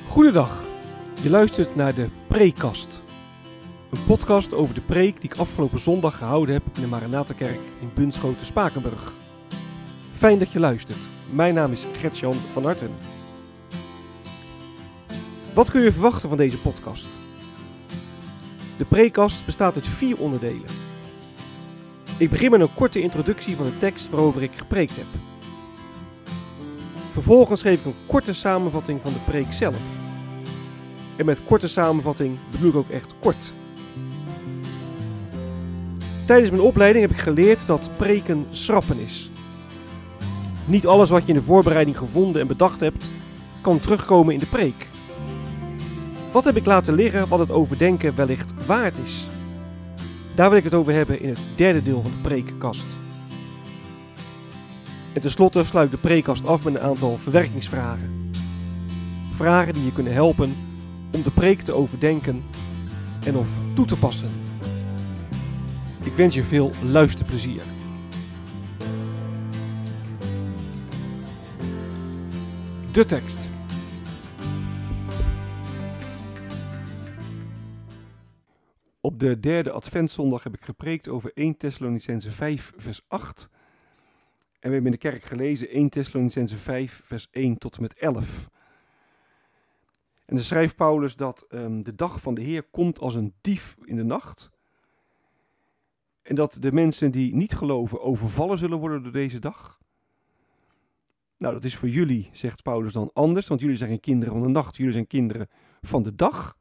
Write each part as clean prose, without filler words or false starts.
Goedendag, je luistert naar de Preekkast. Een podcast over de preek die ik afgelopen zondag gehouden heb in de Maranathakerk in Bunschoten-Spakenburg. Fijn dat je luistert. Mijn naam is Gert-Jan van Harten. Wat kun je verwachten van deze podcast? De Preekkast bestaat uit 4 onderdelen. Ik begin met een korte introductie van de tekst waarover ik gepreekt heb. Vervolgens geef ik een korte samenvatting van de preek zelf. En met korte samenvatting bedoel ik ook echt kort. Tijdens mijn opleiding heb ik geleerd dat preken schrappen is. Niet alles wat je in de voorbereiding gevonden en bedacht hebt, kan terugkomen in de preek. Wat heb ik laten liggen wat het overdenken wellicht waard is? Daar wil ik het over hebben in het derde deel van de preekkast. En tenslotte sluit ik de preekkast af met een aantal verwerkingsvragen. Vragen die je kunnen helpen om de preek te overdenken en of toe te passen. Ik wens je veel luisterplezier. De tekst. Op de derde adventszondag heb ik gepreekt over 1 Thessalonicenzen 5 vers 8. En we hebben in de kerk gelezen 1 Thessalonicenzen 5 vers 1 tot en met 11. En dan schrijft Paulus dat de dag van de Heer komt als een dief in de nacht. En dat de mensen die niet geloven overvallen zullen worden door deze dag. Nou, dat is voor jullie, zegt Paulus dan, anders. Want jullie zijn geen kinderen van de nacht, jullie zijn kinderen van de dag.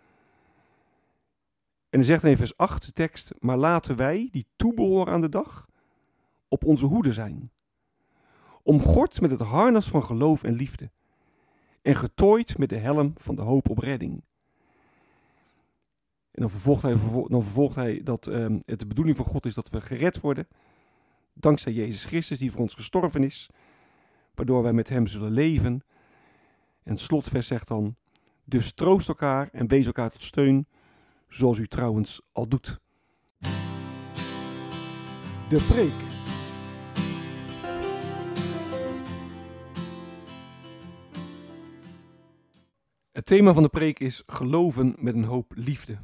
En dan zegt hij in vers 8 de tekst, maar laten wij, die toebehoren aan de dag, op onze hoede zijn. Omgord met het harnas van geloof en liefde. En getooid met de helm van de hoop op redding. En dan vervolgt hij dat het de bedoeling van God is dat we gered worden. Dankzij Jezus Christus die voor ons gestorven is. Waardoor wij met hem zullen leven. En het slotvers zegt dan, dus troost elkaar en wees elkaar tot steun. Zoals u trouwens al doet. De preek. Het thema van de preek is geloven met een hoop liefde.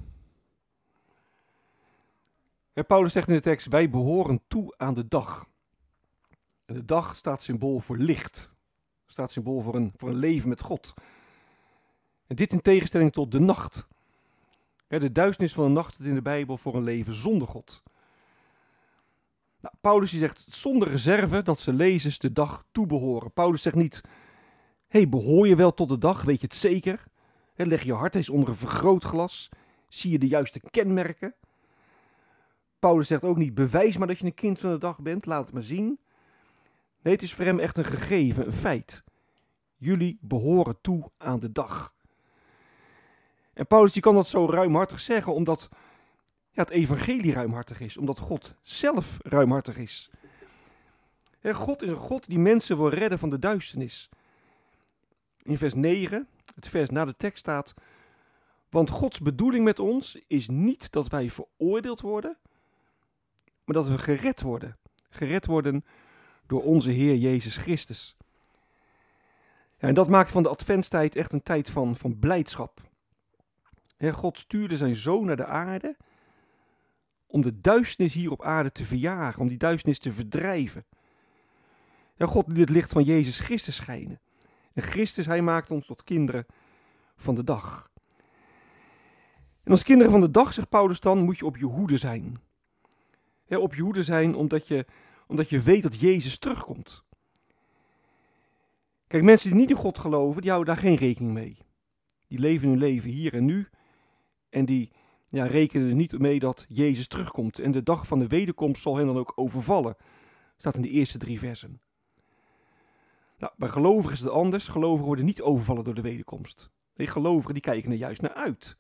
Paulus zegt in de tekst, wij behoren toe aan de dag. En de dag staat symbool voor licht. Staat symbool voor een leven met God. En dit in tegenstelling tot de nacht. De duisternis van de nacht staat in de Bijbel voor een leven zonder God. Nou, Paulus die zegt zonder reserve dat zijn lezers de dag toebehoren. Paulus zegt niet, behoor je wel tot de dag, weet je het zeker? Leg je hart eens onder een vergrootglas, zie je de juiste kenmerken? Paulus zegt ook niet, bewijs maar dat je een kind van de dag bent, laat het maar zien. Nee, het is voor hem echt een gegeven, een feit. Jullie behoren toe aan de dag. En Paulus die kan dat zo ruimhartig zeggen, omdat het evangelie ruimhartig is. Omdat God zelf ruimhartig is. God is een God die mensen wil redden van de duisternis. In vers 9, het vers na de tekst staat, want Gods bedoeling met ons is niet dat wij veroordeeld worden, maar dat we gered worden. Gered worden door onze Heer Jezus Christus. Ja, en dat maakt van de adventstijd echt een tijd van blijdschap. God stuurde zijn zoon naar de aarde om de duisternis hier op aarde te verjagen, om die duisternis te verdrijven. God liet het licht van Jezus Christus schijnen. En Christus, hij maakt ons tot kinderen van de dag. En als kinderen van de dag, zegt Paulus dan, moet je op je hoede zijn. Op je hoede zijn omdat je weet dat Jezus terugkomt. Kijk, mensen die niet in God geloven, die houden daar geen rekening mee. Die leven hun leven hier en nu. En die rekenen er niet mee dat Jezus terugkomt. En de dag van de wederkomst zal hen dan ook overvallen. Staat in de eerste 3 versen. Nou, bij gelovigen is het anders. Gelovigen worden niet overvallen door de wederkomst. Nee, gelovigen die kijken er juist naar uit.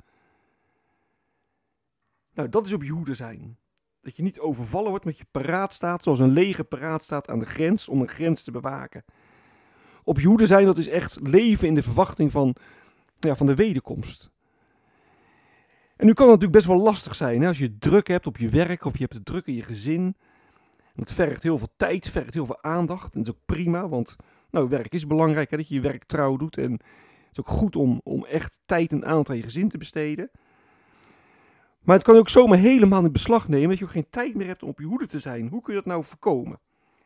Nou, dat is op je hoede zijn. Dat je niet overvallen wordt, met je paraat staat, zoals een leger paraat staat aan de grens, om een grens te bewaken. Op je hoede zijn, dat is echt leven in de verwachting van de wederkomst. En nu kan het natuurlijk best wel lastig zijn, als je druk hebt op je werk, of je hebt het druk in je gezin. Het vergt heel veel tijd, vergt heel veel aandacht. En dat is ook prima, want werk is belangrijk, dat je je werk trouw doet. En Het is ook goed om echt tijd en aandacht aan je gezin te besteden. Maar het kan ook zomaar helemaal in beslag nemen dat je ook geen tijd meer hebt om op je hoede te zijn. Hoe kun je dat nou voorkomen?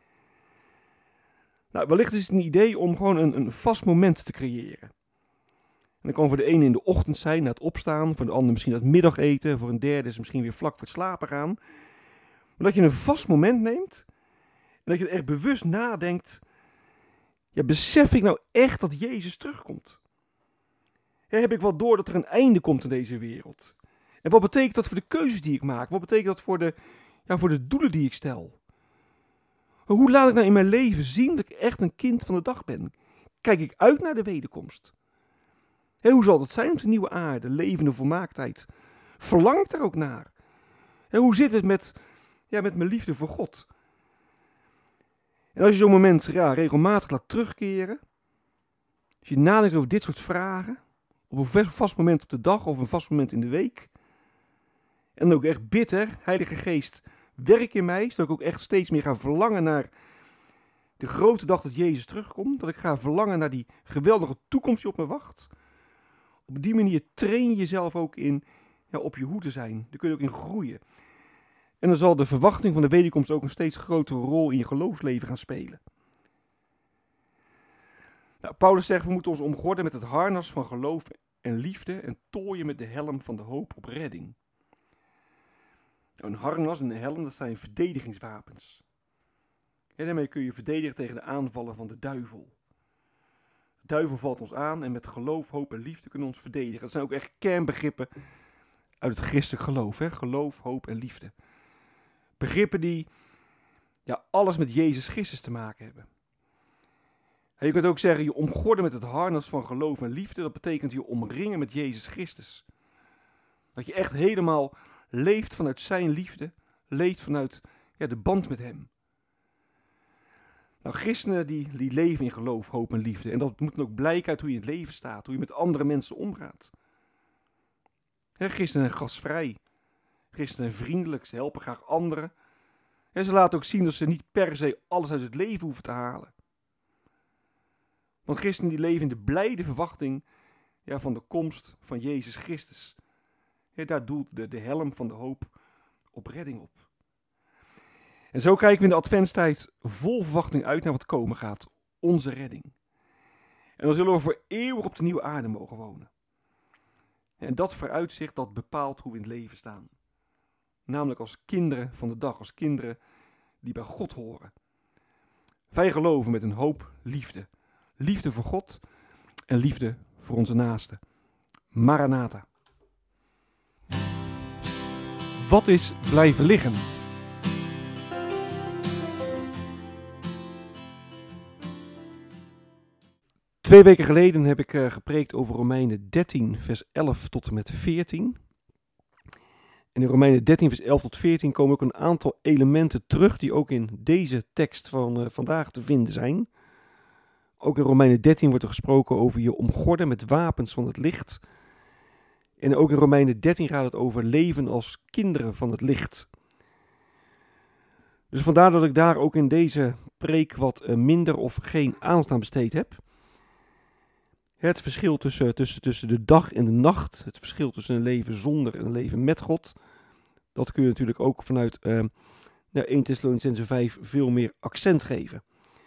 Nou, wellicht is het een idee om gewoon een vast moment te creëren. En dat kan voor de ene in de ochtend zijn, na het opstaan. Voor de ander misschien na het middageten. Voor een derde is het misschien weer vlak voor het slapen gaan. Maar dat je een vast moment neemt. En dat je er echt bewust nadenkt. Ja, besef ik nou echt dat Jezus terugkomt? Heb ik wel door dat er een einde komt in deze wereld? En wat betekent dat voor de keuzes die ik maak? Wat betekent dat voor de doelen die ik stel? Hoe laat ik nou in mijn leven zien dat ik echt een kind van de dag ben? Kijk ik uit naar de wederkomst? Hoe zal het zijn op de nieuwe aarde, levende volmaaktheid? Verlang ik daar ook naar? Hoe zit het met mijn liefde voor God? En als je zo'n moment regelmatig laat terugkeren, als je nadenkt over dit soort vragen, op een vast moment op de dag of een vast moment in de week, en dan ook echt bitter, Heilige Geest, werk in mij, zodat ik ook echt steeds meer ga verlangen naar de grote dag dat Jezus terugkomt, dat ik ga verlangen naar die geweldige toekomst die op me wacht. Op die manier train je jezelf ook in op je hoede zijn. Daar kun je ook in groeien. En dan zal de verwachting van de wederkomst ook een steeds grotere rol in je geloofsleven gaan spelen. Nou, Paulus zegt, we moeten ons omgorden met het harnas van geloof en liefde en tooien met de helm van de hoop op redding. Nou, een harnas en een helm, dat zijn verdedigingswapens. En daarmee kun je verdedigen tegen de aanvallen van de duivel. De duivel valt ons aan en met geloof, hoop en liefde kunnen we ons verdedigen. Dat zijn ook echt kernbegrippen uit het christelijk geloof. Geloof, hoop en liefde. Begrippen die alles met Jezus Christus te maken hebben. En je kunt ook zeggen, je omgorden met het harnas van geloof en liefde. Dat betekent je omringen met Jezus Christus. Dat je echt helemaal leeft vanuit zijn liefde. Leeft vanuit de band met hem. Nou, christenen die leven in geloof, hoop en liefde. En dat moet ook blijken uit hoe je in het leven staat. Hoe je met andere mensen omgaat. Christenen zijn gastvrij. Christenen zijn vriendelijk. Ze helpen graag anderen. En ze laten ook zien dat ze niet per se alles uit het leven hoeven te halen. Want christenen die leven in de blijde verwachting van de komst van Jezus Christus. Daar doelt de helm van de hoop op redding op. En zo kijken we in de adventstijd vol verwachting uit naar wat komen gaat. Onze redding. En dan zullen we voor eeuwig op de nieuwe aarde mogen wonen. En dat vooruitzicht, dat bepaalt hoe we in het leven staan. Namelijk als kinderen van de dag, als kinderen die bij God horen. Wij geloven met een hoop liefde. Liefde voor God en liefde voor onze naasten. Maranatha. Wat is blijven liggen? Twee weken geleden heb ik gepreekt over Romeinen 13 vers 11 tot en met 14. En in Romeinen 13 vers 11 tot 14 komen ook een aantal elementen terug die ook in deze tekst van vandaag te vinden zijn. Ook in Romeinen 13 wordt er gesproken over je omgorden met wapens van het licht. En ook in Romeinen 13 gaat het over leven als kinderen van het licht. Dus vandaar dat ik daar ook in deze preek wat minder of geen aandacht aan besteed heb. Het verschil tussen de dag en de nacht, het verschil tussen een leven zonder en een leven met God, dat kun je natuurlijk ook vanuit 1 Thessalonicenzen 5 veel meer accent geven.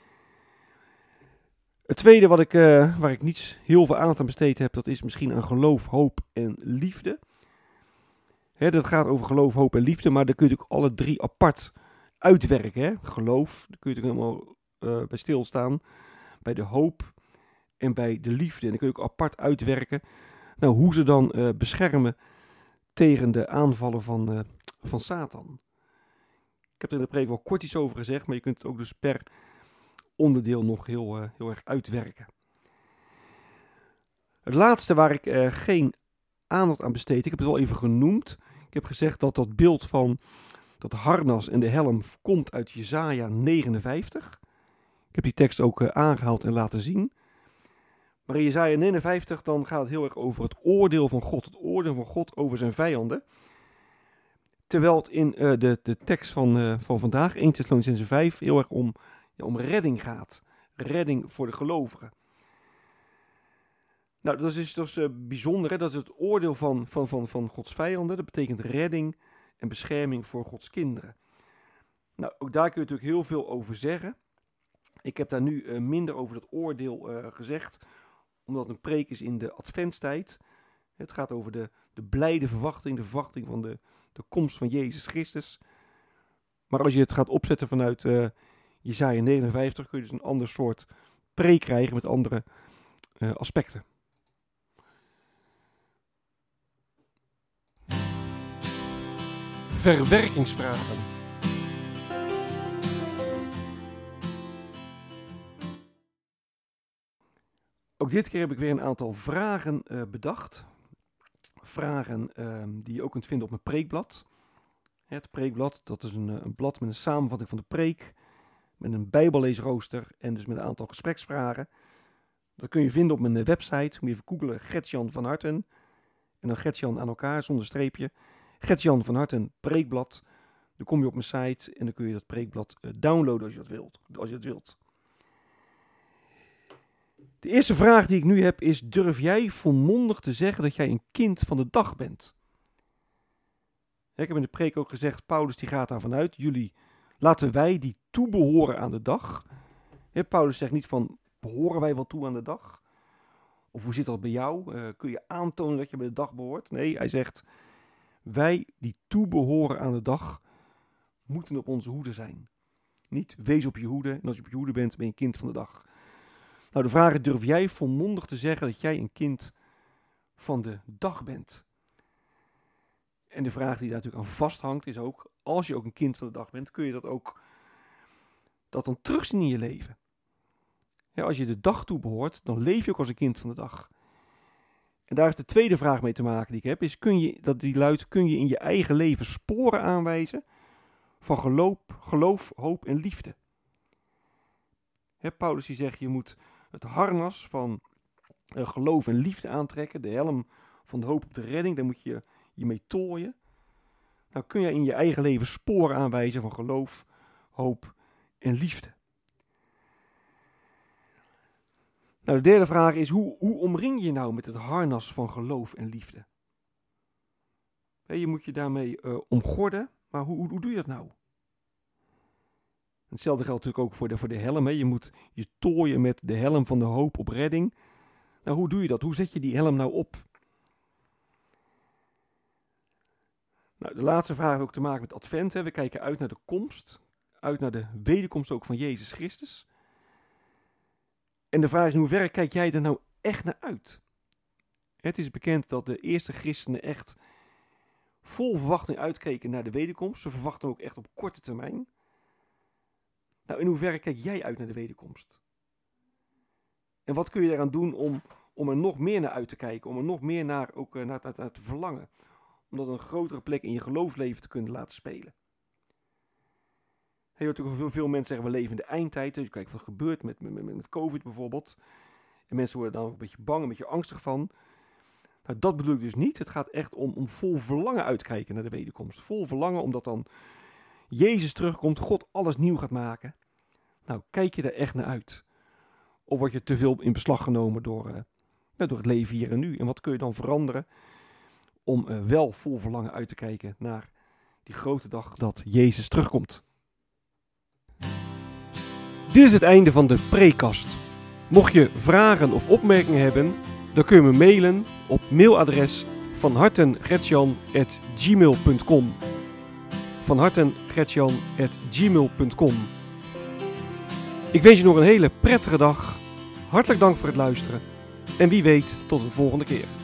Het tweede waar ik niet heel veel aandacht aan besteed heb, dat is misschien aan geloof, hoop en liefde. Dat gaat over geloof, hoop en liefde, maar daar kun je natuurlijk alle drie apart uitwerken. Geloof, daar kun je natuurlijk helemaal bij stilstaan, bij de hoop en bij de liefde. En dan kun je ook apart uitwerken hoe ze dan beschermen tegen de aanvallen van Satan. Ik heb er in de preek wel kort iets over gezegd, maar je kunt het ook dus per onderdeel nog heel erg uitwerken. Het laatste waar ik geen aandacht aan besteed, ik heb het wel even genoemd. Ik heb gezegd dat dat beeld van dat harnas en de helm komt uit Jesaja 59. Ik heb die tekst ook aangehaald en laten zien. Maar in Jesaja 59 dan gaat het heel erg over het oordeel van God. Het oordeel van God over zijn vijanden. Terwijl het in de tekst van vandaag, 1 Thessalonicenzen 5, heel erg om redding gaat. Redding voor de gelovigen. Nou, dat is dus bijzonder, hè? Dat is het oordeel van Gods vijanden. Dat betekent redding en bescherming voor Gods kinderen. Nou, ook daar kun je natuurlijk heel veel over zeggen. Ik heb daar nu minder over dat oordeel gezegd, omdat het een preek is in de adventstijd. Het gaat over de blijde verwachting, de verwachting van de komst van Jezus Christus. Maar als je het gaat opzetten vanuit Jesaja 59, kun je dus een ander soort preek krijgen met andere aspecten. Verwerkingsvragen. Ook dit keer heb ik weer een aantal vragen bedacht. Vragen die je ook kunt vinden op mijn preekblad. Het preekblad, dat is een blad met een samenvatting van de preek. Met een bijbelleesrooster en dus met een aantal gespreksvragen. Dat kun je vinden op mijn website. Moet je even googlen Gert-Jan van Harten. En dan Gert-Jan aan elkaar zonder streepje. Gert-Jan van Harten preekblad. Dan kom je op mijn site en dan kun je dat preekblad downloaden als je dat wilt. De eerste vraag die ik nu heb is: durf jij volmondig te zeggen dat jij een kind van de dag bent? Ik heb in de preek ook gezegd, Paulus die gaat daarvan uit, laten wij die toebehoren aan de dag. Paulus zegt niet van, behoren wij wel toe aan de dag? Of hoe zit dat bij jou? Kun je aantonen dat je bij de dag behoort? Nee, hij zegt, wij die toebehoren aan de dag, moeten op onze hoede zijn. Niet, wees op je hoede, en als je op je hoede bent, ben je een kind van de dag. Nou, de vraag is, durf jij volmondig te zeggen dat jij een kind van de dag bent? En de vraag die daar natuurlijk aan vasthangt is ook, als je ook een kind van de dag bent, kun je dat dan terugzien in je leven. Ja, als je de dag toebehoort, dan leef je ook als een kind van de dag. En daar is de tweede vraag mee te maken die ik heb, is kun je in je eigen leven sporen aanwijzen van geloof, hoop en liefde? Paulus die zegt, je moet het harnas van geloof en liefde aantrekken, de helm van de hoop op de redding, daar moet je je mee tooien. Nou, kun je in je eigen leven sporen aanwijzen van geloof, hoop en liefde? Nou, de derde vraag is, hoe omring je nou met het harnas van geloof en liefde? Je moet je daarmee omgorden, maar hoe doe je dat nou? Hetzelfde geldt natuurlijk ook voor de helm. Je moet je tooien met de helm van de hoop op redding. Nou, hoe doe je dat? Hoe zet je die helm nou op? Nou, de laatste vraag heeft ook te maken met Advent. We kijken uit naar de komst. Uit naar de wederkomst ook van Jezus Christus. En de vraag is, in hoeverre kijk jij er nou echt naar uit? Het is bekend dat de eerste christenen echt vol verwachting uitkeken naar de wederkomst. Ze verwachten ook echt op korte termijn. Nou, in hoeverre kijk jij uit naar de wederkomst? En wat kun je eraan doen om er nog meer naar uit te kijken? Om er nog meer naar te verlangen? Om dat een grotere plek in je geloofsleven te kunnen laten spelen. Je hoort natuurlijk veel mensen zeggen, we leven in de eindtijd. Dus kijk wat er gebeurt met COVID bijvoorbeeld. En mensen worden daar ook een beetje bang, een beetje angstig van. Nou, dat bedoel ik dus niet. Het gaat echt om vol verlangen uitkijken naar de wederkomst. Vol verlangen omdat dan Jezus terugkomt, God alles nieuw gaat maken. Nou, kijk je daar echt naar uit? Of word je te veel in beslag genomen door het leven hier en nu? En wat kun je dan veranderen om wel vol verlangen uit te kijken naar die grote dag dat Jezus terugkomt? Dit is het einde van de preekkast. Mocht je vragen of opmerkingen hebben, dan kun je me mailen op mailadres vanhartengretjan@gmail.com. vanhartengretjan@gmail.com. Ik wens je nog een hele prettige dag. Hartelijk dank voor het luisteren. En wie weet, tot een volgende keer.